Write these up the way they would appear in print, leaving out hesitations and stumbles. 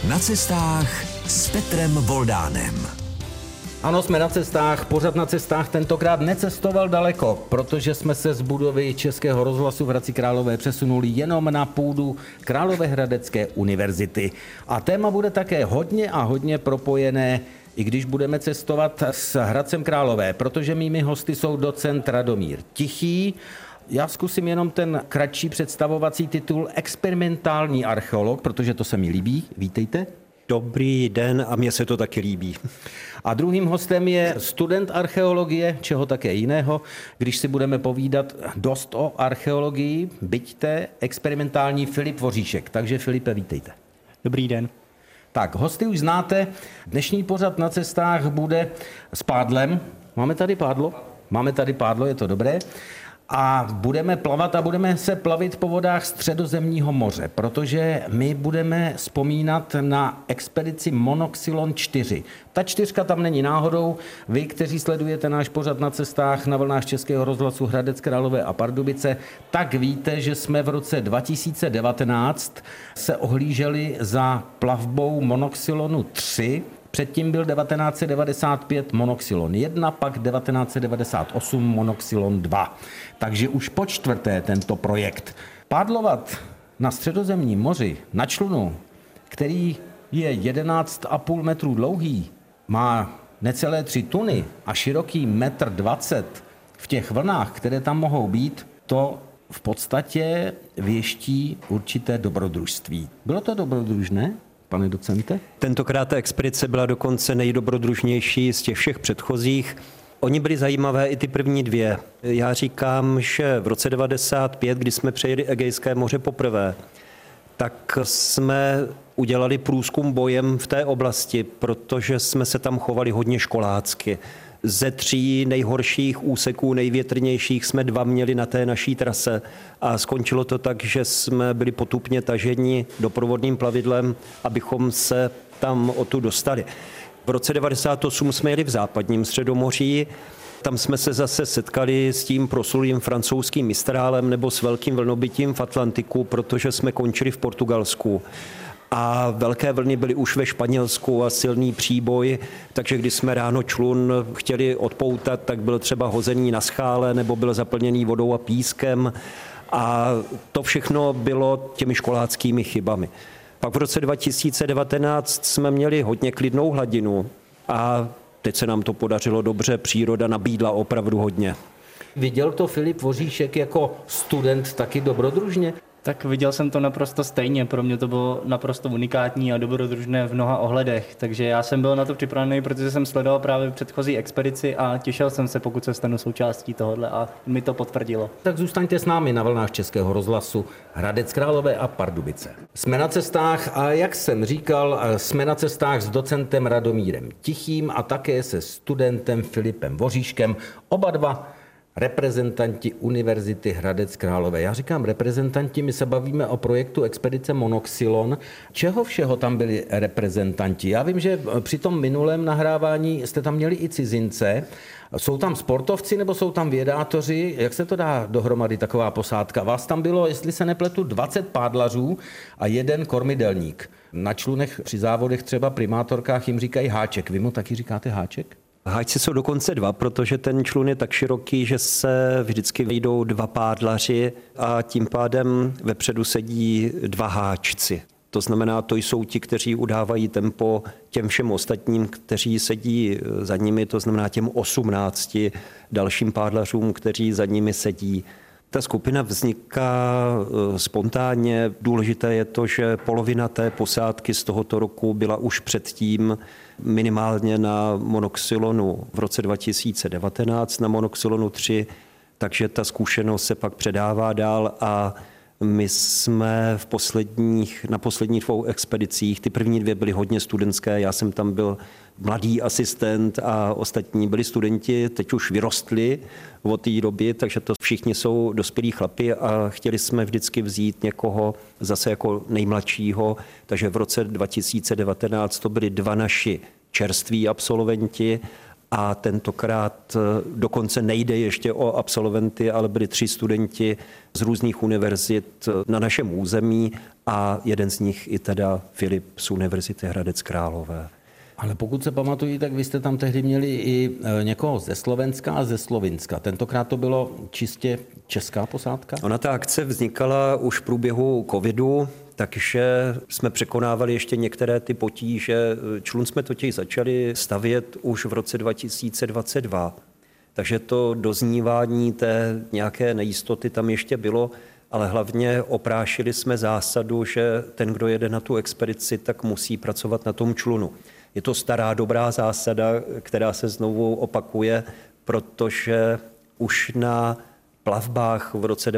Na cestách s Petrem Voldánem. Ano, jsme na cestách. Pořad Na cestách tentokrát necestoval daleko, protože jsme se z budovy Českého rozhlasu v Hradci Králové přesunuli jenom na půdu Královéhradecké univerzity. A téma bude také hodně propojené, i když budeme cestovat s Hradcem Králové, protože mými hosty jsou docent Radomír Tichý. Já zkusím jenom ten kratší představovací titul experimentální archeolog, protože to se mi líbí. Vítejte. Dobrý den a mně se to taky líbí. A druhým hostem je student archeologie, čeho také jiného, když si budeme povídat dost o archeologii, byťte experimentální Filip Voříšek. Takže Filipe, vítejte. Dobrý den. Tak, hosty už znáte. Dnešní pořad Na cestách bude s pádlem. Máme tady pádlo? Máme tady pádlo, je to dobré. A budeme plavat a budeme se plavit po vodách Středozemního moře, protože my budeme vzpomínat na expedici Monoxylon 4. Ta 4 tam není náhodou. Vy, kteří sledujete náš pořad Na cestách na vlnách Českého rozhlasu Hradec Králové a Pardubice, tak víte, že jsme v roce 2019 se ohlíželi za plavbou Monoxylonu 3. Předtím byl 1995 Monoxylon 1, pak 1998 Monoxylon 2. Takže už po čtvrté tento projekt. Pádlovat na Středozemním moři, na člunu, který je 11,5 metrů dlouhý, má necelé 3 tuny a široký 1,20 m v těch vlnách, které tam mohou být, to v podstatě věští určité dobrodružství. Bylo to dobrodružné? Pane docente? Tentokrát ta expedice byla dokonce nejdobrodružnější z těch všech předchozích. Oni byli zajímavé i ty první dvě. Já říkám, že v roce 1995, kdy jsme přejeli Egejské moře poprvé, tak jsme udělali průzkum bojem v té oblasti, protože jsme se tam chovali hodně školácky. Ze 3 nejhorších úseků, největrnějších, jsme 2 měli na té naší trase a skončilo to tak, že jsme byli potupně taženi doprovodným plavidlem, abychom se tam odtud dostali. V roce 1998 jsme jeli v západním Středomoří, tam jsme se zase setkali s tím proslulým francouzským Mistrálem nebo s velkým vlnobytím v Atlantiku, protože jsme končili v Portugalsku. A velké vlny byly už ve Španělsku a silný příboj, takže když jsme ráno člun chtěli odpoutat, tak byl třeba hozený na schále nebo byl zaplněný vodou a pískem a to všechno bylo těmi školáckými chybami. Pak v roce 2019 jsme měli hodně klidnou hladinu a teď se nám to podařilo dobře, příroda nabídla opravdu hodně. Viděl to Filip Voříšek jako student taky dobrodružně? Tak viděl jsem to naprosto stejně, pro mě to bylo naprosto unikátní a dobrodružné v mnoha ohledech, takže já jsem byl na to připravený, protože jsem sledoval právě předchozí expedici a těšil jsem se, pokud se stanu součástí tohohle a mi to potvrdilo. Tak zůstaňte s námi na vlnách Českého rozhlasu Hradec Králové a Pardubice. Jsme na cestách a jak jsem říkal, jsme na cestách s docentem Radomírem Tichým a také se studentem Filipem Voříškem, oba dva reprezentanti Univerzity Hradec Králové. Já říkám reprezentanti, my se bavíme o projektu expedice Monoxylon. Čeho všeho tam byli reprezentanti? Já vím, že při tom minulém nahrávání jste tam měli i cizince. Jsou tam sportovci nebo jsou tam vědátoři? Jak se to dá dohromady taková posádka? Vás tam bylo, jestli se nepletu, 20 pádlařů a 1 kormidelník. Na člunech při závodech třeba primátorkách jim říkají háček. Vy mu taky říkáte háček? Háčci jsou dokonce 2, protože ten člun je tak široký, že se vždycky vejdou 2 pádlaři a tím pádem vepředu sedí 2 háčci. To znamená, to jsou ti, kteří udávají tempo těm všem ostatním, kteří sedí za nimi, to znamená těm 18 dalším pádlařům, kteří za nimi sedí. Ta skupina vzniká spontánně. Důležité je to, že polovina té posádky z tohoto roku byla už předtím minimálně na Monoxylonu v roce 2019, na Monoxylonu 3, takže ta zkušenost se pak předává dál a my jsme na posledních 2 expedicích, ty první 2 byly hodně studentské, já jsem tam byl mladý asistent a ostatní byli studenti, teď už vyrostli od té doby, takže to všichni jsou dospělí chlapi a chtěli jsme vždycky vzít někoho zase jako nejmladšího, takže v roce 2019 to byli 2 naši čerství absolventi a tentokrát dokonce nejde ještě o absolventy, ale byli 3 studenti z různých univerzit na našem území a jeden z nich i teda Filip z Univerzity Hradec Králové. Ale pokud se pamatuju, tak vy jste tam tehdy měli i někoho ze Slovenska a ze Slovinska. Tentokrát to bylo čistě česká posádka? Ona ta akce vznikala už v průběhu covidu, takže jsme překonávali ještě některé ty potíže. Člun jsme totiž začali stavět už v roce 2022. Takže to doznívání té nějaké nejistoty tam ještě bylo, ale hlavně oprášili jsme zásadu, že ten, kdo jede na tu expedici, tak musí pracovat na tom člunu. Je to stará dobrá zásada, která se znovu opakuje, protože už na plavbách v roce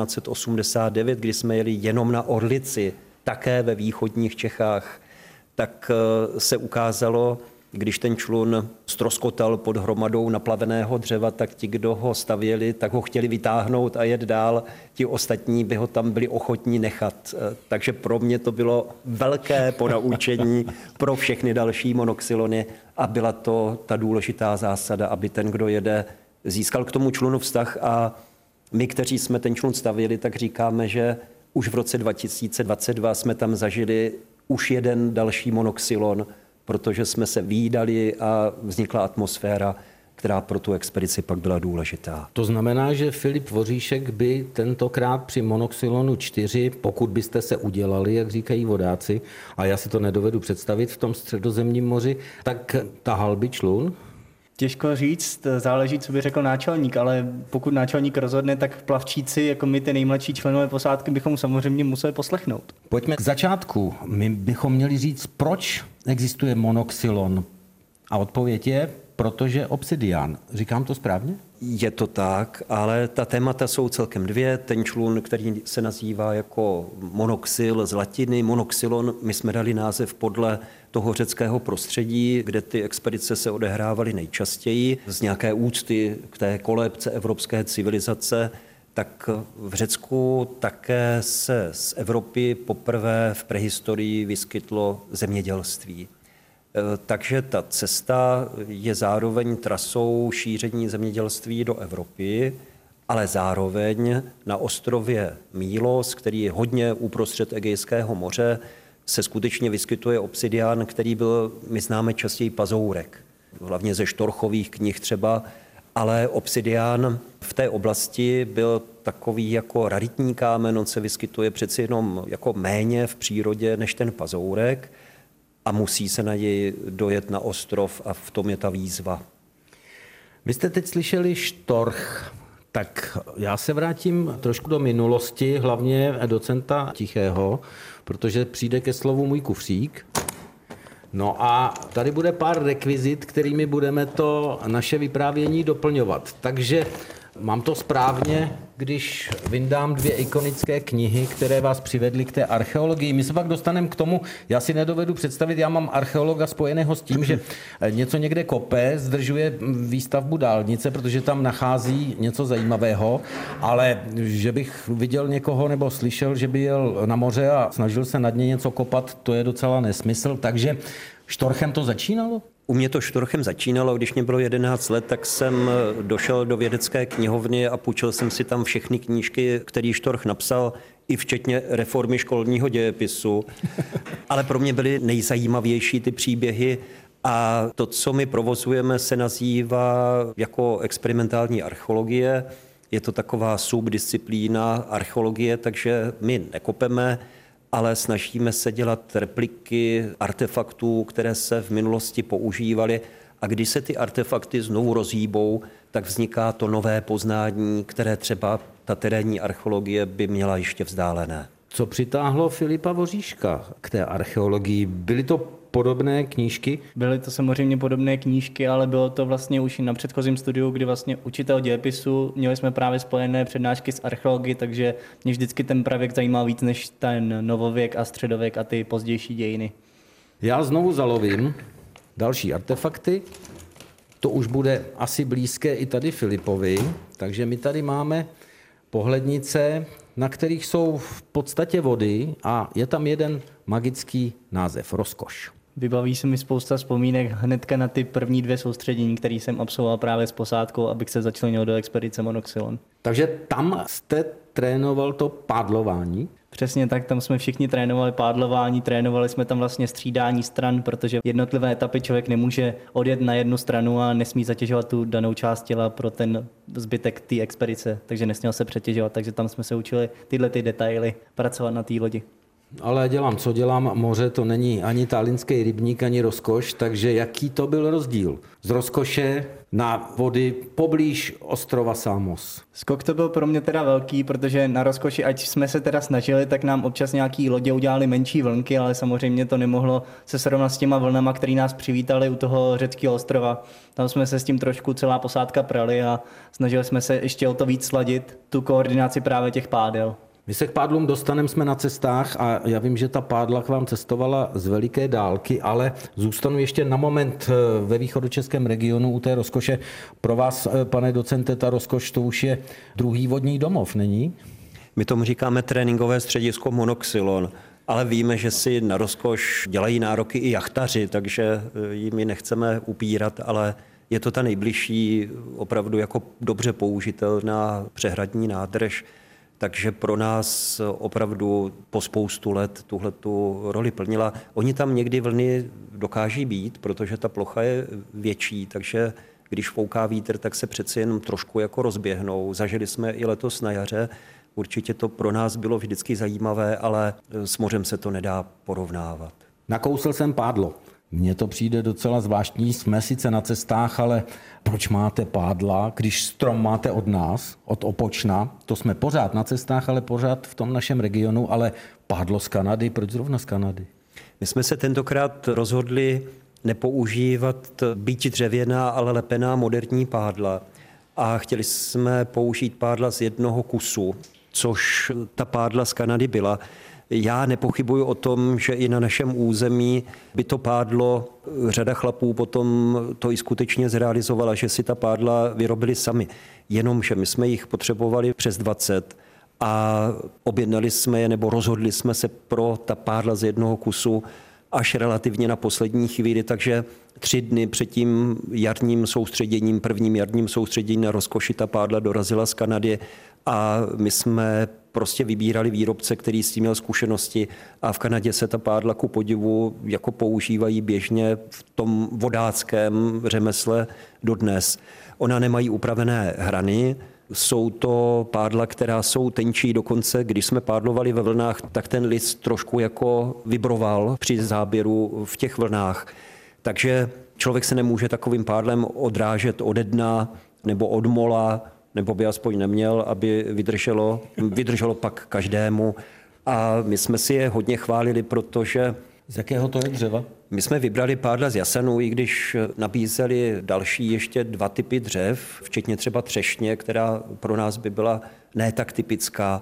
1989, kdy jsme jeli jenom na Orlici, také ve východních Čechách, tak se ukázalo, když ten člun ztroskotal pod hromadou naplaveného dřeva, tak ti, kdo ho stavěli, tak ho chtěli vytáhnout a jet dál. Ti ostatní by ho tam byli ochotní nechat. Takže pro mě to bylo velké ponaučení pro všechny další monoxylony a byla to ta důležitá zásada, aby ten, kdo jede, získal k tomu člunu vztah a my, kteří jsme ten člun stavěli, tak říkáme, že už v roce 2022 jsme tam zažili už jeden další monoxylon, protože jsme se vídali a vznikla atmosféra, která pro tu expedici pak byla důležitá. To znamená, že Filip Voříšek by tentokrát při monoxylonu 4, pokud byste se udělali, jak říkají vodáci, a já si to nedovedu představit v tom Středozemním moři, tak tahal by člun? Těžko říct, záleží, co by řekl náčelník, ale pokud náčelník rozhodne, tak plavčíci, jako my ty nejmladší členové posádky, bychom samozřejmě museli poslechnout. Pojďme k začátku. My bychom měli říct, proč existuje monoxylon. A odpověď je, protože obsidian. Říkám to správně? Je to tak, ale ta témata jsou celkem 2. Ten člun, který se nazývá jako monoxyl z latiny, monoxylon, my jsme dali název podle toho řeckého prostředí, kde ty expedice se odehrávaly nejčastěji. Z nějaké úcty k té kolébce evropské civilizace, tak v Řecku také se z Evropy poprvé v prehistorii vyskytlo zemědělství. Takže ta cesta je zároveň trasou šíření zemědělství do Evropy, ale zároveň na ostrově Mílos, který je hodně uprostřed Egejského moře, se skutečně vyskytuje obsidian, který byl, my známe častěji pazourek, hlavně ze štorchových knih třeba, ale obsidian v té oblasti byl takový jako raritní kámen, on se vyskytuje přeci jenom jako méně v přírodě než ten pazourek a musí se na něj dojet na ostrov a v tom je ta výzva. Vy jste teď slyšeli štorch, tak já se vrátím trošku do minulosti, hlavně docenta Tichého, protože přijde ke slovu můj kufřík. No a tady bude pár rekvizit, kterými budeme to naše vyprávění doplňovat. Takže mám to správně, když vyndám 2 ikonické knihy, které vás přivedly k té archeologii. My se pak dostaneme k tomu, já si nedovedu představit, já mám archeologa spojeného s tím, že něco někde kope, zdržuje výstavbu dálnice, protože tam nachází něco zajímavého, ale že bych viděl někoho nebo slyšel, že by jel na moře a snažil se nad ně něco kopat, to je docela nesmysl. Takže štorchem to začínalo? U mě to štorchem začínalo, když mě bylo 11 let, tak jsem došel do vědecké knihovny a půjčil jsem si tam všechny knížky, které Štorch napsal, i včetně reformy školního dějepisu. Ale pro mě byly nejzajímavější ty příběhy a to, co my provozujeme, se nazývá jako experimentální archeologie. Je to taková subdisciplína archeologie, takže my nekopeme, ale snažíme se dělat repliky artefaktů, které se v minulosti používaly. A když se ty artefakty znovu rozhýbou, tak vzniká to nové poznání, které třeba ta terénní archeologie by měla ještě vzdálené. Co přitáhlo Filipa Voříška k té archeologii? Byly to podobné knížky? Byly to samozřejmě podobné knížky, ale bylo to vlastně už na předchozím studiu, kdy vlastně učitel dějepisu, měli jsme právě spojené přednášky s archeologií, takže mě vždycky ten pravěk zajímal víc než ten novověk a středověk a ty pozdější dějiny. Já znovu zalovím další artefakty. To už bude asi blízké i tady Filipovi, takže my tady máme pohlednice, na kterých jsou v podstatě vody a je tam jeden magický název, rozkoš. Vybaví se mi spousta vzpomínek hnedka na ty první 2 soustředění, které jsem absolvoval právě s posádkou, abych se začlenil do expedice Monoxylon. Takže tam jste trénoval to pádlování? Přesně tak, tam jsme všichni trénovali pádlování, trénovali jsme tam vlastně střídání stran, protože jednotlivé etapy člověk nemůže odjet na jednu stranu a nesmí zatěžovat tu danou část těla pro ten zbytek té expedice, takže nesměl se přetěžovat, takže tam jsme se učili tyhle ty detaily pracovat na té lodi. Ale dělám, co dělám, moře to není ani tallinský rybník, ani Rozkoš, takže jaký to byl rozdíl z Rozkoše na vody poblíž ostrova Samos? Skok to byl pro mě teda velký, protože na Rozkoši, ať jsme se teda snažili, tak nám občas nějaký lodě udělali menší vlnky, ale samozřejmě to nemohlo se srovnat s těma vlnama, které nás přivítali u toho řeckého ostrova. Tam jsme se s tím trošku celá posádka prali a snažili jsme se ještě o to víc sladit, tu koordinaci právě těch pádel. My se k pádlům dostaneme, jsme na cestách a já vím, že ta pádla k vám cestovala z veliké dálky, ale zůstanu ještě na moment ve východočeském regionu u té Rozkoše. Pro vás, pane docente, ta Rozkoš to už je druhý vodní domov, není? My tomu říkáme tréninkové středisko Monoxylon, ale víme, že si na Rozkoš dělají nároky i jachtaři, takže jim ji nechceme upírat, ale je to ta nejbližší, opravdu jako dobře použitelná přehradní nádrž. Takže pro nás opravdu po spoustu let tuhletu roli plnila. Oni tam někdy vlny dokáží být, protože ta plocha je větší, takže když fouká vítr, tak se přeci jenom trošku jako rozběhnou. Zažili jsme i letos na jaře. Určitě to pro nás bylo vždycky zajímavé, ale s mořem se to nedá porovnávat. Nakousl jsem pádlo. Mně to přijde docela zvláštní, jsme sice na cestách, ale proč máte pádla, když strom máte od nás, od Opočna, to jsme pořád na cestách, ale pořád v tom našem regionu, ale pádlo z Kanady, proč zrovna z Kanady? My jsme se tentokrát rozhodli nepoužívat byť dřevěná, ale lepená moderní pádla a chtěli jsme použít pádla z jednoho kusu, což ta pádla z Kanady byla. Já nepochybuji o tom, že i na našem území by to pádlo, řada chlapů potom to i skutečně zrealizovala, že si ta pádla vyrobili sami. Jenomže my jsme jich potřebovali přes 20 a objednali jsme je nebo rozhodli jsme se pro ta pádla z jednoho kusu až relativně na poslední chvíli, takže 3 dny před tím jarním soustředěním, prvním jarním soustředěním na Rozkoši ta pádla dorazila z Kanady a my jsme prostě vybírali výrobce, který s tím měl zkušenosti a v Kanadě se ta pádla ku podivu jako používají běžně v tom vodáckém řemesle dodnes. Ona nemají upravené hrany, jsou to pádla, která jsou tenčí, dokonce když jsme pádlovali ve vlnách, tak ten list trošku jako vibroval při záběru v těch vlnách. Takže člověk se nemůže takovým pádlem odrážet ode dna nebo od mola, nebo by aspoň neměl, aby vydrželo pak každému. A my jsme si je hodně chválili, protože... Z jakého to je dřeva? My jsme vybrali pádla z jasenu, i když nabízeli další ještě 2 typy dřev, včetně třeba třešně, která pro nás by byla ne tak typická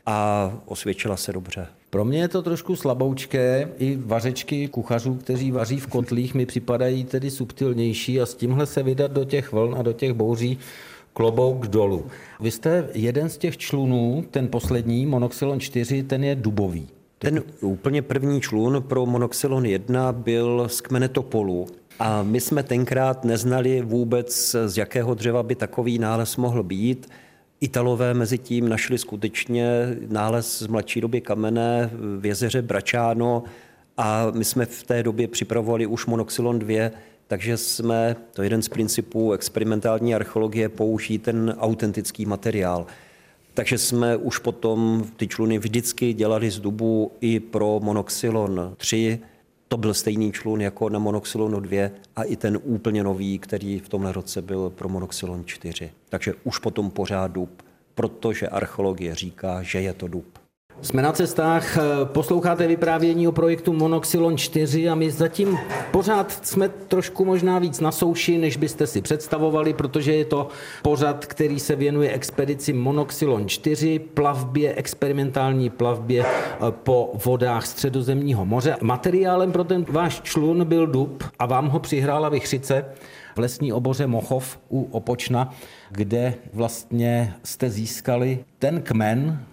a osvědčila se dobře. Pro mě je to trošku slaboučké, i vařečky kuchařů, kteří vaří v kotlích, mi připadají tedy subtilnější a s tímhle se vydat do těch vln a do těch bouří, klobouk dolů. Vy jste jeden z těch člunů, ten poslední, Monoxylon 4, ten je dubový. Ten úplně první člun pro Monoxylon 1 byl z kmene topolu a my jsme tenkrát neznali vůbec, z jakého dřeva by takový nález mohl být. Italové mezi tím našli skutečně nález z mladší doby kamene v jezeře Bracciano a my jsme v té době připravovali už Monoxylon 2, takže jsme, to je jeden z principů experimentální archeologie, použít ten autentický materiál. Takže jsme už potom ty čluny vždycky dělali z dubu i pro Monoxylon 3. To byl stejný člun jako na Monoxylonu 2 a i ten úplně nový, který v tomhle roce byl pro Monoxylon 4. Takže už potom pořád dub, protože archeologie říká, že je to dub. Jsme na cestách, posloucháte vyprávění o projektu Monoxylon 4 a my zatím pořád jsme trošku možná víc na souši, než byste si představovali, protože je to pořad, který se věnuje expedici Monoxylon 4, plavbě, experimentální plavbě po vodách Středozemního moře. Materiálem pro ten váš člun byl dub a vám ho přihrála vichřice v lesní oboře Mochov u Opočna, kde vlastně jste získali ten kmen,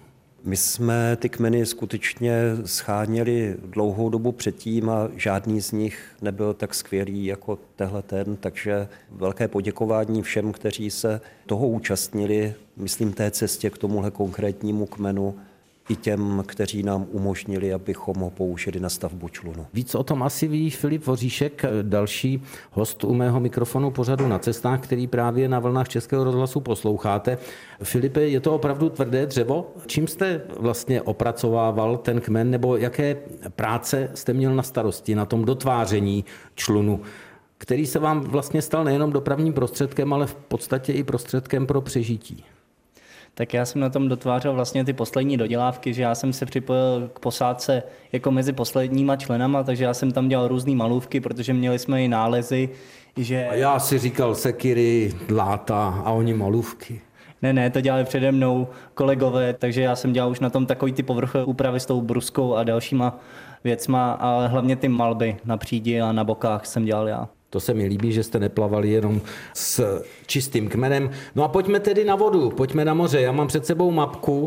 My jsme ty kmeny skutečně scháněli dlouhou dobu předtím a žádný z nich nebyl tak skvělý jako ten, takže velké poděkování všem, kteří se toho účastnili, myslím té cestě k tomuhle konkrétnímu kmenu, i těm, kteří nám umožnili, abychom ho použili na stavbu člunu. Víc o tom asi ví Filip Voříšek, další host u mého mikrofonu pořadu Na cestách, který právě na vlnách Českého rozhlasu posloucháte. Filipe, je to opravdu tvrdé dřevo? Čím jste vlastně opracovával ten kmen, nebo jaké práce jste měl na starosti na tom dotváření člunu, který se vám vlastně stal nejenom dopravním prostředkem, ale v podstatě i prostředkem pro přežití? Tak já jsem na tom dotvářel vlastně ty poslední dodělávky, že já jsem se připojil k posádce jako mezi posledníma členama, takže já jsem tam dělal různý malůvky, protože měli jsme i nálezy, že... A já si říkal sekiry, dláta a oni malůvky. Ne, to dělali přede mnou kolegové, takže já jsem dělal už na tom takový ty povrchové úpravy s tou bruskou a dalšíma věcma, ale hlavně ty malby na přídi a na bokách jsem dělal já. To se mi líbí, že jste neplavali jenom s čistým kmenem. No a pojďme tedy na vodu, pojďme na moře. Já mám před sebou mapku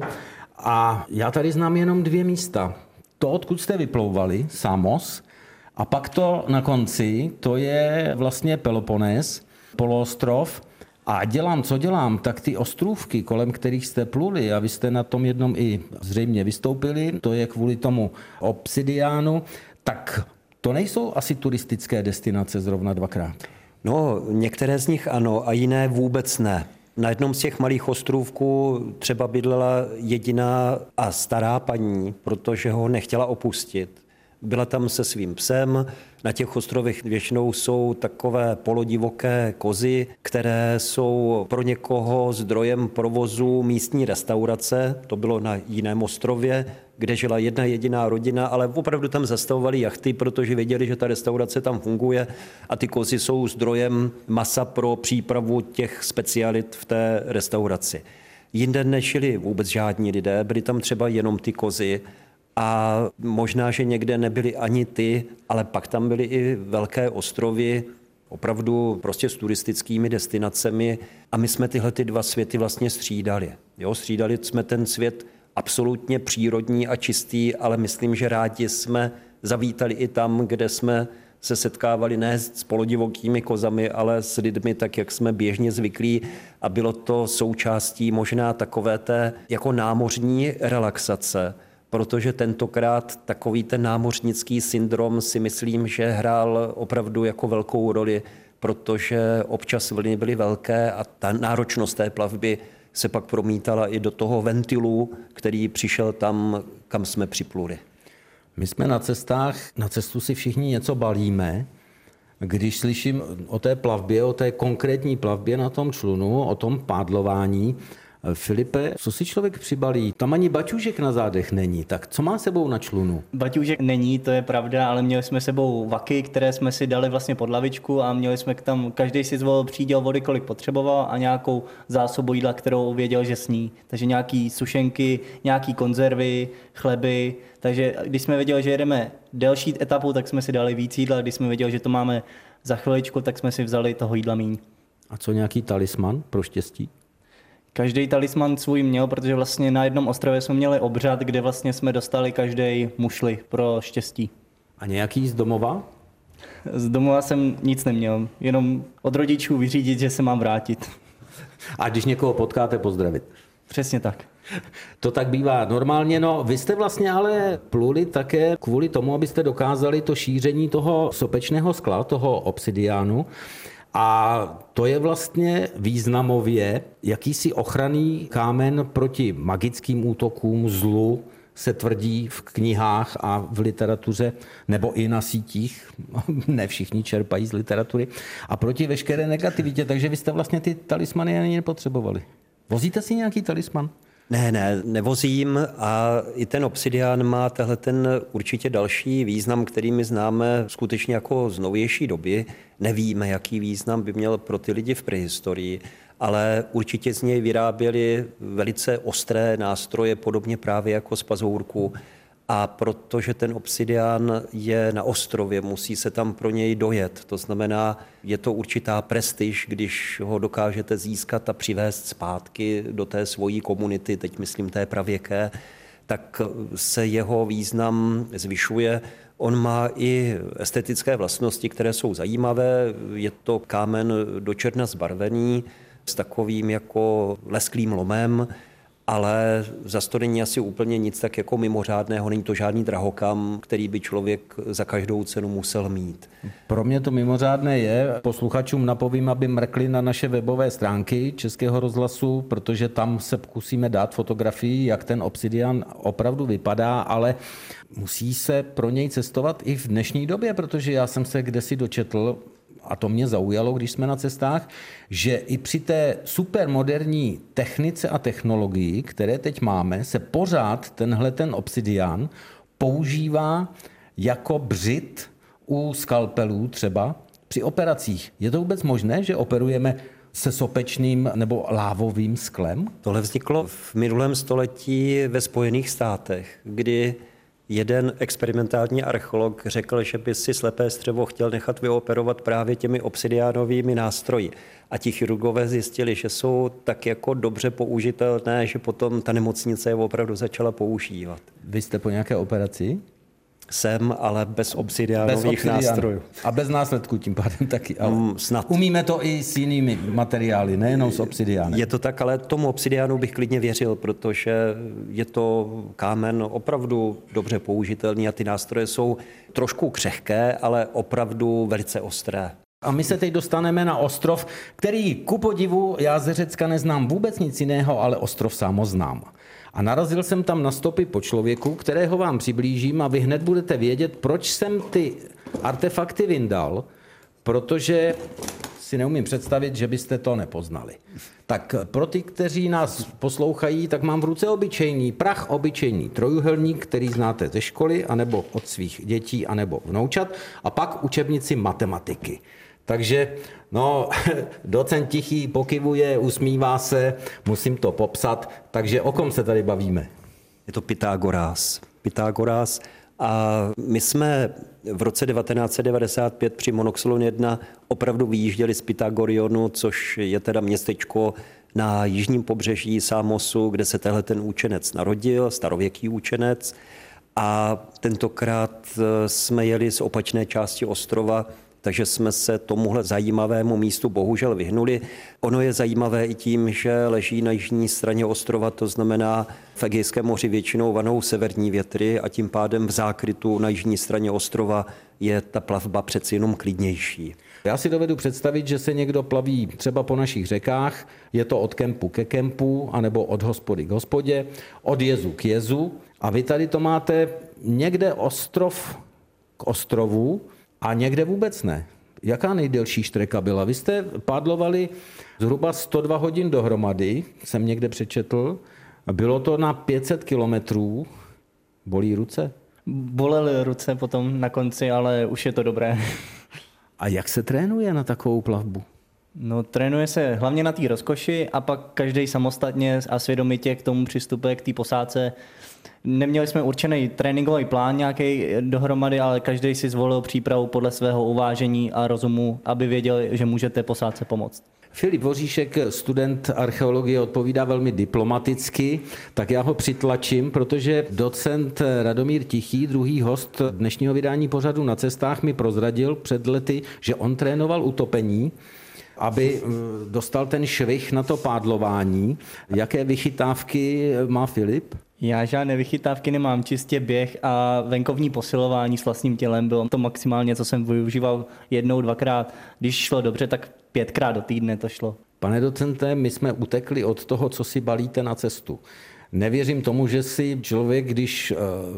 a já tady znám jenom 2 místa. To, odkud jste vyplouvali, Samos, a pak to na konci, to je vlastně Peloponés, poloostrov. A dělám, co dělám, tak ty ostrůvky, kolem kterých jste pluli, a vy jste na tom jednom i zřejmě vystoupili, to je kvůli tomu obsidiánu, tak to nejsou asi turistické destinace zrovna 2krát. No, některé z nich ano a jiné vůbec ne. Na jednom z těch malých ostrůvků třeba bydlela jediná a stará paní, protože ho nechtěla opustit. Byla tam se svým psem, na těch ostrovech většinou jsou takové polodivoké kozy, které jsou pro někoho zdrojem provozu místní restaurace. To bylo na jiném ostrově, kde žila jedna jediná rodina, ale opravdu tam zastavovali jachty, protože věděli, že ta restaurace tam funguje a ty kozy jsou zdrojem masa pro přípravu těch specialit v té restauraci. Jinde nežili vůbec žádní lidé, byli tam třeba jenom ty kozy. A možná, že někde nebyly ani ty, ale pak tam byly i velké ostrovy, opravdu prostě s turistickými destinacemi a my jsme tyhle 2 světy vlastně střídali. Střídali jsme ten svět absolutně přírodní a čistý, ale myslím, že rádi jsme zavítali i tam, kde jsme se setkávali ne s polodivokými kozami, ale s lidmi tak, jak jsme běžně zvyklí a bylo to součástí možná takové té jako námořní relaxace. Protože tentokrát takový ten námořnický syndrom si myslím, že hrál opravdu jako velkou roli, protože občas vlny byly velké a ta náročnost té plavby se pak promítala i do toho ventilu, který přišel tam, kam jsme připluli. My jsme na cestách, na cestu si všichni něco balíme. Když slyším o té plavbě, o té konkrétní plavbě na tom člunu, o tom pádlování, Filipe, co si člověk přibalí? Tam ani baťůžek na zádech není, tak co má sebou na člunu? Baťůžek není, to je pravda, ale měli jsme sebou vaky, které jsme si dali vlastně pod lavičku a měli jsme tam, každý si zvolil příděl vody, kolik potřeboval a nějakou zásobu jídla, kterou věděl, že sní. Takže nějaký sušenky, nějaký konzervy, chleby, takže když jsme věděli, že jedeme delší etapu, tak jsme si dali víc jídla, když jsme věděli, že to máme za chviličku, tak jsme si vzali toho jídla míň. A co nějaký talisman pro štěstí? Každý talisman svůj měl, protože vlastně na jednom ostrově jsme měli obřad, kde vlastně jsme dostali každý mušli pro štěstí. A nějaký z domova? Z domova jsem nic neměl, jenom od rodičů vyřídit, že se mám vrátit. A když někoho potkáte, pozdravit. Přesně tak. To tak bývá normálně, no vy jste vlastně ale pluli také kvůli tomu, abyste dokázali to šíření toho sopečného skla, toho obsidiánu. A to je vlastně významově jakýsi ochranný kámen proti magickým útokům, zlu, se tvrdí v knihách a v literatuře, nebo i na sítích, ne všichni čerpají z literatury, a proti veškeré negativitě, takže vy jste vlastně ty talismany ani nepotřebovali. Vozíte si nějaký talisman? Ne, nevozím a i ten obsidián má ten určitě další význam, který my známe skutečně jako z novější doby. Nevíme, jaký význam by měl pro ty lidi v prehistorii, ale určitě z něj vyráběli velice ostré nástroje, podobně právě jako z pazourku. A protože ten obsidián je na ostrově, musí se tam pro něj dojet. To znamená, je to určitá prestiž, když ho dokážete získat a přivést zpátky do té svojí komunity, teď myslím té pravěké. tak se jeho význam zvyšuje. On má i estetické vlastnosti, které jsou zajímavé. Je to kámen do černa zbarvený s takovým jako lesklým lomem, ale zas to není asi úplně nic tak jako mimořádného, není to žádný drahokam, který by člověk za každou cenu musel mít. Pro mě to mimořádné je, posluchačům napovím, aby mrkli na naše webové stránky Českého rozhlasu, protože tam se pokusíme dát fotografii, jak ten obsidian opravdu vypadá, ale musí se pro něj cestovat i v dnešní době, protože já jsem se kdesi dočetl, a to mě zaujalo, když jsme na cestách, že i při té supermoderní technice a technologii, které teď máme, se pořád ten obsidian používá jako břit u skalpelů třeba při operacích. Je to vůbec možné, že operujeme se sopečným nebo lávovým sklem? Tohle vzniklo v minulém století ve Spojených státech, kdy jeden experimentální archeolog řekl, že by si slepé střevo chtěl nechat vyoperovat právě těmi obsidiánovými nástroji. A ti chirurgové zjistili, že jsou tak jako dobře použitelné, že potom ta nemocnice je opravdu začala používat. Vy jste po nějaké operaci? Jsem, ale bez obsidiánových nástrojů. A bez následků tím pádem taky. Ale snad. Umíme to i s jinými materiály, nejenom s obsidiánem. Je to tak, ale tomu obsidiánu bych klidně věřil, protože je to kámen opravdu dobře použitelný a ty nástroje jsou trošku křehké, ale opravdu velice ostré. A my se teď dostaneme na ostrov, který ku podivu já ze Řecka neznám vůbec nic jiného, ale ostrov Sámos znám. A narazil jsem tam na stopy po člověku, kterého vám přiblížím a vy hned budete vědět, proč jsem ty artefakty vyndal, protože si neumím představit, že byste to nepoznali. Tak pro ty, kteří nás poslouchají, tak mám v ruce obyčejný prach, obyčejný trojuhelník, který znáte ze školy, anebo od svých dětí, anebo vnoučat, a pak učebnici matematiky. Takže, docent Tichý pokyvuje, usmívá se, musím to popsat, takže o kom se tady bavíme? Je to Pythagoras. A my jsme v roce 1995 při Monoxylon 1 opravdu vyjížděli z Pythagorionu, což je teda městečko na jižním pobřeží Sámosu, kde se tenhle ten učenec narodil, starověký učenec. A tentokrát jsme jeli z opačné části ostrova, takže jsme se tomuhle zajímavému místu bohužel vyhnuli. Ono je zajímavé i tím, že leží na jižní straně ostrova, to znamená v Egejském moři většinou vanou severní větry a tím pádem v zákrytu na jižní straně ostrova je ta plavba přeci jenom klidnější. Já si dovedu představit, že se někdo plaví třeba po našich řekách, je to od kempu ke kempu, anebo od hospody k hospodě, od jezu k jezu. A vy tady to máte někde ostrov k ostrovu, a někde vůbec ne. Jaká nejdelší štreka byla? Vy jste pádlovali zhruba 102 hodin dohromady, jsem někde přečetl. Bylo to na 500 kilometrů. Bolí ruce? Bolely ruce potom na konci, ale už je to dobré. A jak se trénuje na takovou plavbu? No, trénuje se hlavně na té rozkoši a pak každý samostatně a svědomitě k tomu přistupuje, k té posádce. Neměli jsme určený tréninkový plán nějaký dohromady, ale každý si zvolil přípravu podle svého uvážení a rozumu, aby věděl, že můžete posádce pomoct. Filip Voříšek, student archeologie, odpovídá velmi diplomaticky, tak já ho přitlačím, protože docent Radomír Tichý, druhý host dnešního vydání pořadu Na cestách, mi prozradil před lety, že on trénoval utopení, aby dostal ten švih na to pádlování. Jaké vychytávky má Filip? Já žádné vychytávky nemám, čistě běh a venkovní posilování s vlastním tělem. Bylo to maximálně, co jsem využíval 1, 2krát. Když šlo dobře, tak 5krát do týdne to šlo. Pane docente, my jsme utekli od toho, co si balíte na cestu. Nevěřím tomu, že si člověk, když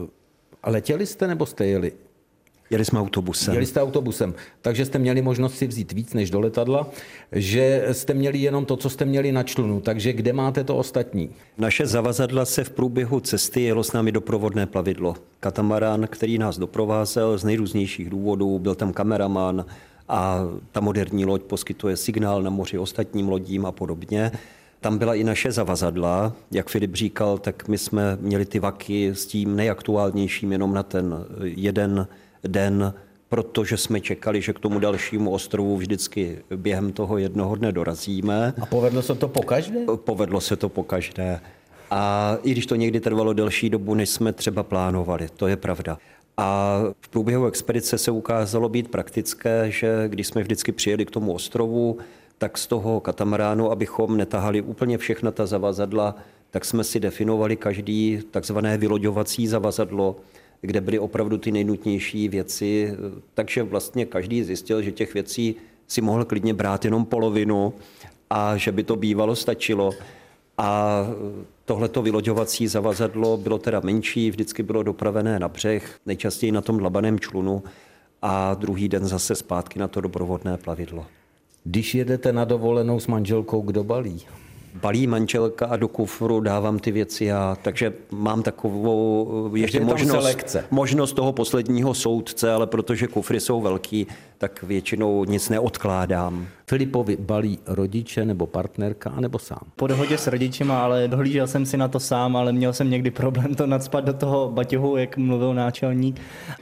letěli jste nebo jste jeli? Jeli jsme autobusem. Jeli jste autobusem, takže jste měli možnost si vzít víc než do letadla, že jste měli jenom to, co jste měli na člunu, takže kde máte to ostatní? Naše zavazadla se v průběhu cesty jelo s námi doprovodné plavidlo. Katamarán, který nás doprovázel z nejrůznějších důvodů, byl tam kameraman a ta moderní loď poskytuje signál na moři ostatním lodím a podobně. Tam byla i naše zavazadla, jak Filip říkal, tak my jsme měli ty vaky s tím nejaktuálnějším jenom na ten jeden den, protože jsme čekali, že k tomu dalšímu ostrovu vždycky během toho jednoho dne dorazíme. A povedlo se to pokaždé? Povedlo se to pokaždé. A i když to někdy trvalo delší dobu, než jsme třeba plánovali, to je pravda. A v průběhu expedice se ukázalo být praktické, že když jsme vždycky přijeli k tomu ostrovu, tak z toho katamaránu, abychom netahali úplně všechna ta zavazadla, tak jsme si definovali každý takzvané vyloďovací zavazadlo, kde byly opravdu ty nejnutnější věci. Takže vlastně každý zjistil, že těch věcí si mohl klidně brát jenom polovinu a že by to bývalo stačilo. A tohleto vyloďovací zavazadlo bylo teda menší, vždycky bylo dopravené na břeh, nejčastěji na tom dlabaném člunu a druhý den zase zpátky na to doprovodné plavidlo. Když jedete na dovolenou s manželkou, kdo balí? Balí manželka a do kufru dávám ty věci já, takže mám takovou ještě možnost toho posledního soudce, ale protože kufry jsou velký, tak většinou nic neodkládám. Filipovi balí rodiče nebo partnerka, nebo sám? Po dohodě s rodičima, ale dohlížel jsem si na to sám, ale měl jsem někdy problém to nacpat do toho baťohu, jak mluvil náčelník,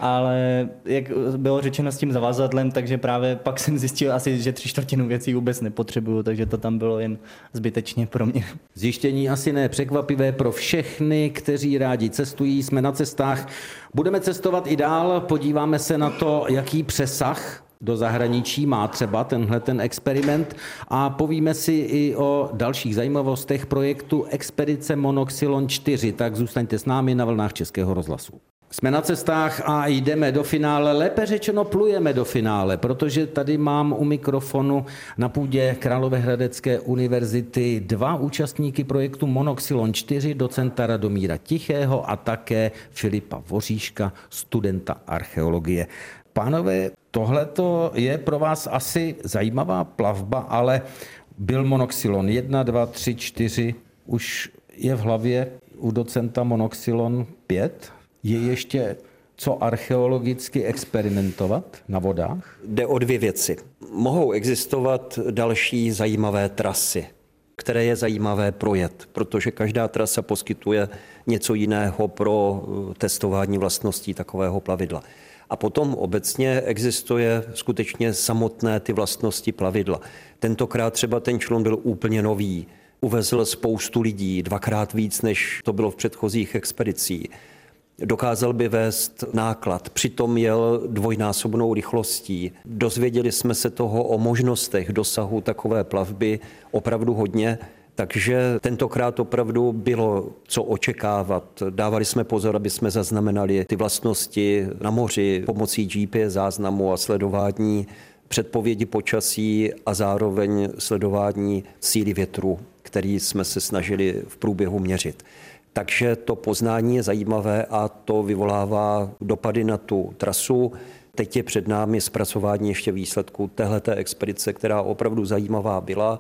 ale jak bylo řečeno s tím zavazadlem, takže právě pak jsem zjistil asi, že 3/4 věcí vůbec nepotřebuju, takže to tam bylo jen zbytečně pro mě. Zjištění asi nepřekvapivé pro všechny, kteří rádi cestují. Jsme na cestách, budeme cestovat i dál, podíváme se na to, jaký přesah do zahraničí má třeba ten experiment a povíme si i o dalších zajímavostech projektu Expedice Monoxylon 4, tak zůstaňte s námi na vlnách Českého rozhlasu. Jsme na cestách a jdeme do finále, lépe řečeno plujeme do finále, protože tady mám u mikrofonu na půdě Královéhradecké univerzity 2 účastníky projektu Monoxylon 4, docenta Radomíra Tichého a také Filipa Voříška, studenta archeologie. Pánové, tohleto je pro vás asi zajímavá plavba, ale byl Monoxylon 1, 2, 3, 4, už je v hlavě u docenta Monoxylon 5? Je ještě co archeologicky experimentovat na vodách? Jde o 2 věci. Mohou existovat další zajímavé trasy, které je zajímavé projet, protože každá trasa poskytuje něco jiného pro testování vlastností takového plavidla. A potom obecně existuje skutečně samotné ty vlastnosti plavidla. Tentokrát třeba ten člun byl úplně nový. Uvezl spoustu lidí, 2krát víc, než to bylo v předchozích expedicích. Dokázal by vést náklad, přitom jel 2násobnou rychlostí. Dozvěděli jsme se toho o možnostech dosahu takové plavby opravdu hodně, takže tentokrát opravdu bylo co očekávat. Dávali jsme pozor, aby jsme zaznamenali ty vlastnosti na moři pomocí GPS záznamu a sledování předpovědi počasí a zároveň sledování síly větru, který jsme se snažili v průběhu měřit. Takže to poznání je zajímavé a to vyvolává dopady na tu trasu. Teď je před námi zpracování ještě výsledků téhleté expedice, která opravdu zajímavá byla.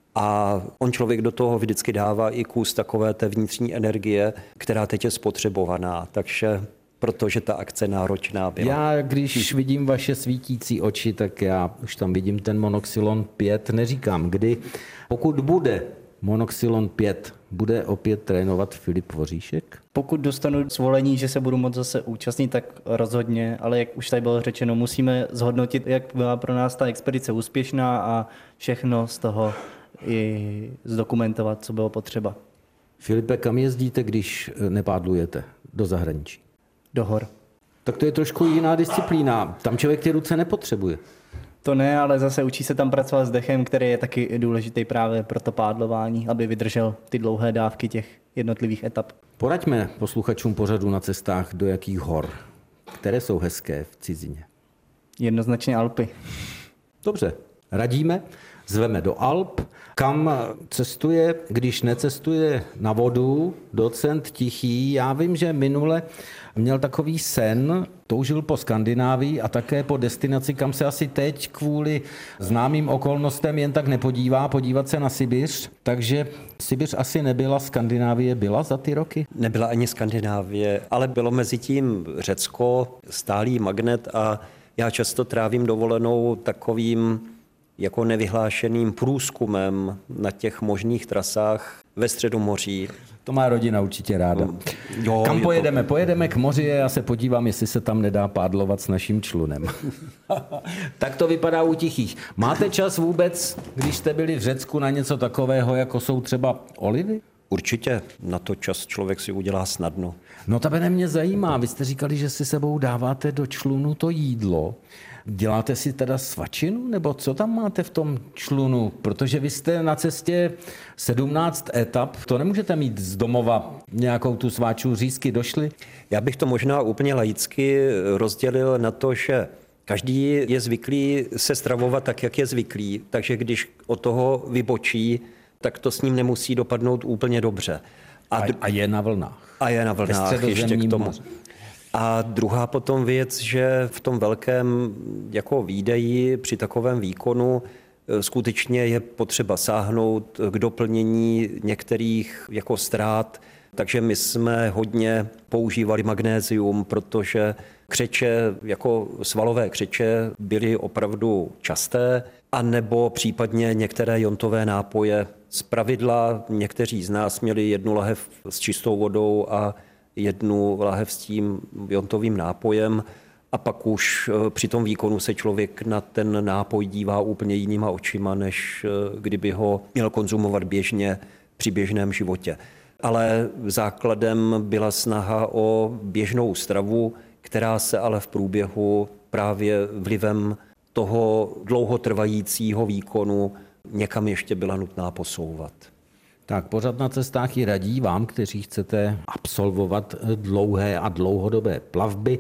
A on člověk do toho vždycky dává i kus takové té vnitřní energie, která teď je spotřebovaná. Takže protože ta akce náročná byla. Já, když vidím vaše svítící oči, tak já už tam vidím ten Monoxylon 5. Neříkám kdy. Pokud bude Monoxylon 5, bude opět trénovat Filip Voříšek? Pokud dostanu svolení, že se budu moct zase účastnit, tak rozhodně, ale jak už tady bylo řečeno, musíme zhodnotit, jak byla pro nás ta expedice úspěšná a všechno z toho i zdokumentovat, co bylo potřeba. Filipe, kam jezdíte, když nepádlujete do zahraničí? Do hor. Tak to je trošku jiná disciplína. Tam člověk ty ruce nepotřebuje. To ne, ale zase učí se tam pracovat s dechem, který je taky důležitý právě pro to pádlování, aby vydržel ty dlouhé dávky těch jednotlivých etap. Poraďme posluchačům pořadu Na cestách, do jakých hor, které jsou hezké v cizině. Jednoznačně Alpy. Dobře, radíme, zveme do Alp. Kam cestuje, když necestuje na vodu, docent Tichý? Já vím, že minule měl takový sen, toužil po Skandinávii a také po destinaci, kam se asi teď kvůli známým okolnostem jen tak nepodívá, podívat se na Sibiř. Takže Sibiř asi nebyla, Skandinávie byla za ty roky? Nebyla ani Skandinávie, ale bylo mezi tím Řecko, stálý magnet a já často trávím dovolenou takovým jako nevyhlášeným průzkumem na těch možných trasách ve Středomoří. To má rodina určitě ráda. Jo, kam pojedeme? Pojedeme k moři a já se podívám, jestli se tam nedá pádlovat s naším člunem. Tak to vypadá u Tichých. Máte čas vůbec, když jste byli v Řecku, na něco takového, jako jsou třeba olivy? Určitě na to čas člověk si udělá snadno. Notabene mě zajímá, vy jste říkali, že si sebou dáváte do člunu to jídlo. Děláte si teda svačinu, nebo co tam máte v tom člunu? Protože vy jste na cestě 17 etap, to nemůžete mít z domova nějakou tu sváču řízky došli? Já bych to možná úplně laicky rozdělil na to, že každý je zvyklý se stravovat tak, jak je zvyklý, takže když od toho vybočí, tak to s ním nemusí dopadnout úplně dobře. A je na vlnách. A je na vlnách ještě k tomu. A druhá potom věc, že v tom velkém jako výdeji při takovém výkonu skutečně je potřeba sáhnout k doplnění některých jako ztrát. Takže my jsme hodně používali magnézium, protože křeče, jako svalové křeče, byly opravdu časté, anebo případně některé jontové nápoje. Zpravidla někteří z nás měli 1 lahev s čistou vodou a 1 lahev s tím jontovým nápojem a pak už při tom výkonu se člověk na ten nápoj dívá úplně jinýma očima, než kdyby ho měl konzumovat běžně při běžném životě. Ale základem byla snaha o běžnou stravu, která se ale v průběhu právě vlivem toho dlouhotrvajícího výkonu někam ještě byla nutná posouvat. Tak pořad Na cestách i radí vám, kteří chcete absolvovat dlouhé a dlouhodobé plavby.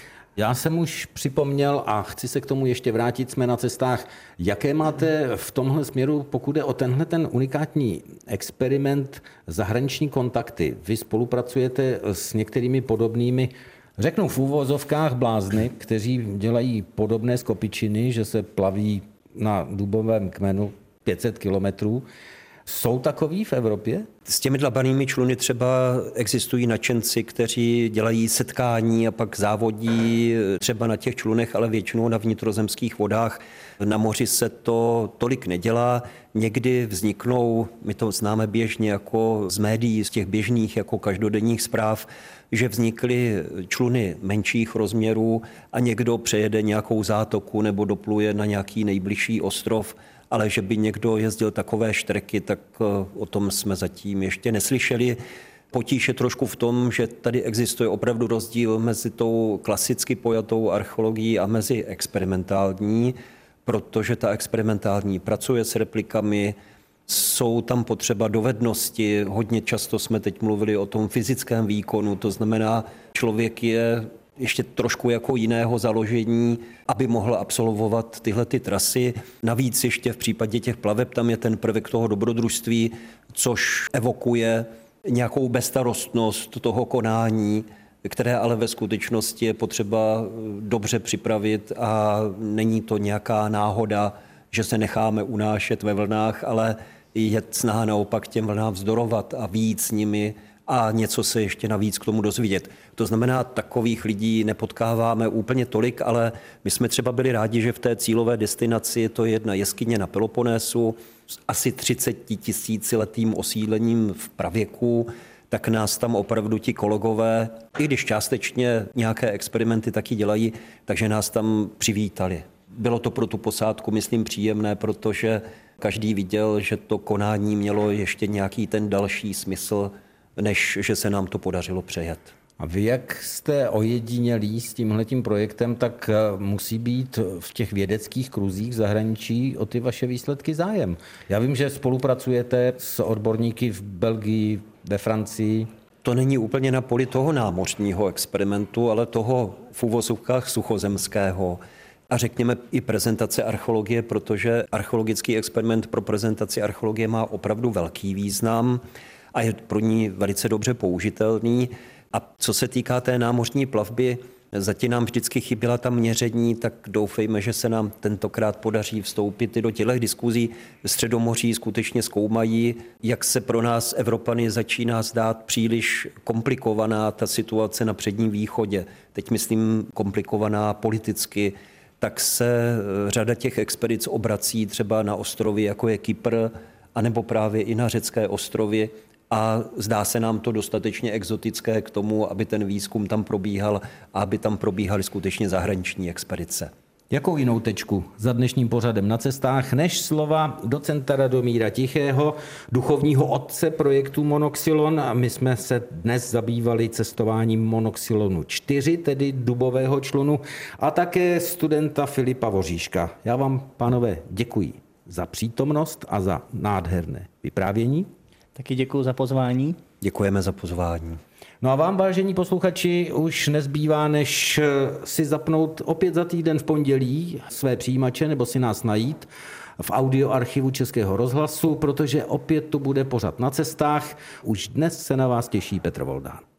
Já jsem už připomněl a chci se k tomu ještě vrátit, jsme na cestách. Jaké máte v tomhle směru, pokud je o tenhle ten unikátní experiment, zahraniční kontakty? Vy spolupracujete s některými podobnými, řeknu v úvozovkách blázny, kteří dělají podobné skopičiny, že se plaví na dubovém kmenu 500 kilometrů. Jsou takoví v Evropě? S těmi dlabanými čluny třeba existují nadšenci, kteří dělají setkání a pak závodí třeba na těch člunech, ale většinou na vnitrozemských vodách. Na moři se to tolik nedělá. Někdy vzniknou, my to známe běžně jako z médií, z těch běžných jako každodenních zpráv, že vznikly čluny menších rozměrů a někdo přejede nějakou zátoku nebo dopluje na nějaký nejbližší ostrov, ale že by někdo jezdil takové štreky, tak o tom jsme zatím ještě neslyšeli. Potíž je trošku v tom, že tady existuje opravdu rozdíl mezi tou klasicky pojatou archeologií a mezi experimentální, protože ta experimentální pracuje s replikami, jsou tam potřeba dovednosti. Hodně často jsme teď mluvili o tom fyzickém výkonu, to znamená, člověk je ještě trošku jako jiného založení, aby mohl absolvovat tyhle ty trasy. Navíc ještě v případě těch plaveb tam je ten prvek toho dobrodružství, což evokuje nějakou bezstarostnost toho konání, které ale ve skutečnosti je potřeba dobře připravit a není to nějaká náhoda, že se necháme unášet ve vlnách, ale je snaha naopak těm vlnám vzdorovat a vyjít s nimi a něco se ještě navíc k tomu dozvědět. To znamená, takových lidí nepotkáváme úplně tolik, ale my jsme třeba byli rádi, že v té cílové destinaci, to je jedna jeskyně na Peloponésu, s asi 30 000letým osídlením v pravěku, tak nás tam opravdu ti kolegové, i když částečně nějaké experimenty taky dělají, takže nás tam přivítali. Bylo to pro tu posádku, myslím, příjemné, protože každý viděl, že to konání mělo ještě nějaký ten další smysl, než že se nám to podařilo přejet. A vy, jak jste ojedinělí s tímhletím projektem, tak musí být v těch vědeckých kruzích v zahraničí o ty vaše výsledky zájem. Já vím, že spolupracujete s odborníky v Belgii, ve Francii. To není úplně na poli toho námořního experimentu, ale toho v uvozovkách suchozemského. A řekněme i prezentace archeologie, protože archeologický experiment pro prezentaci archeologie má opravdu velký význam a je pro ní velice dobře použitelný. A co se týká té námořní plavby, zatím nám vždycky chyběla ta měření, tak doufejme, že se nám tentokrát podaří vstoupit i do těchto diskuzí. Středomoří skutečně zkoumají, jak se pro nás Evropany začíná zdát příliš komplikovaná ta situace na Předním východě. Teď myslím komplikovaná politicky, tak se řada těch expedic obrací třeba na ostrovy, jako je Kypr, anebo právě i na řecké ostrovy. A zdá se nám to dostatečně exotické k tomu, aby ten výzkum tam probíhal a aby tam probíhaly skutečně zahraniční expedice. Jakou jinou tečku za dnešním pořadem na cestách než slova docenta Radomíra Tichého, duchovního otce projektu Monoxylon. A my jsme se dnes zabývali cestováním Monoxylonu 4, tedy dubového člunu, a také studenta Filipa Voříška. Já vám, pánové, děkuji za přítomnost a za nádherné vyprávění. Taky děkuji za pozvání. Děkujeme za pozvání. No a vám, vážení posluchači, už nezbývá, než si zapnout opět za týden v pondělí své přijímače nebo si nás najít v audioarchivu Českého rozhlasu, protože opět tu bude pořad na cestách. Už dnes se na vás těší Petr Voldán.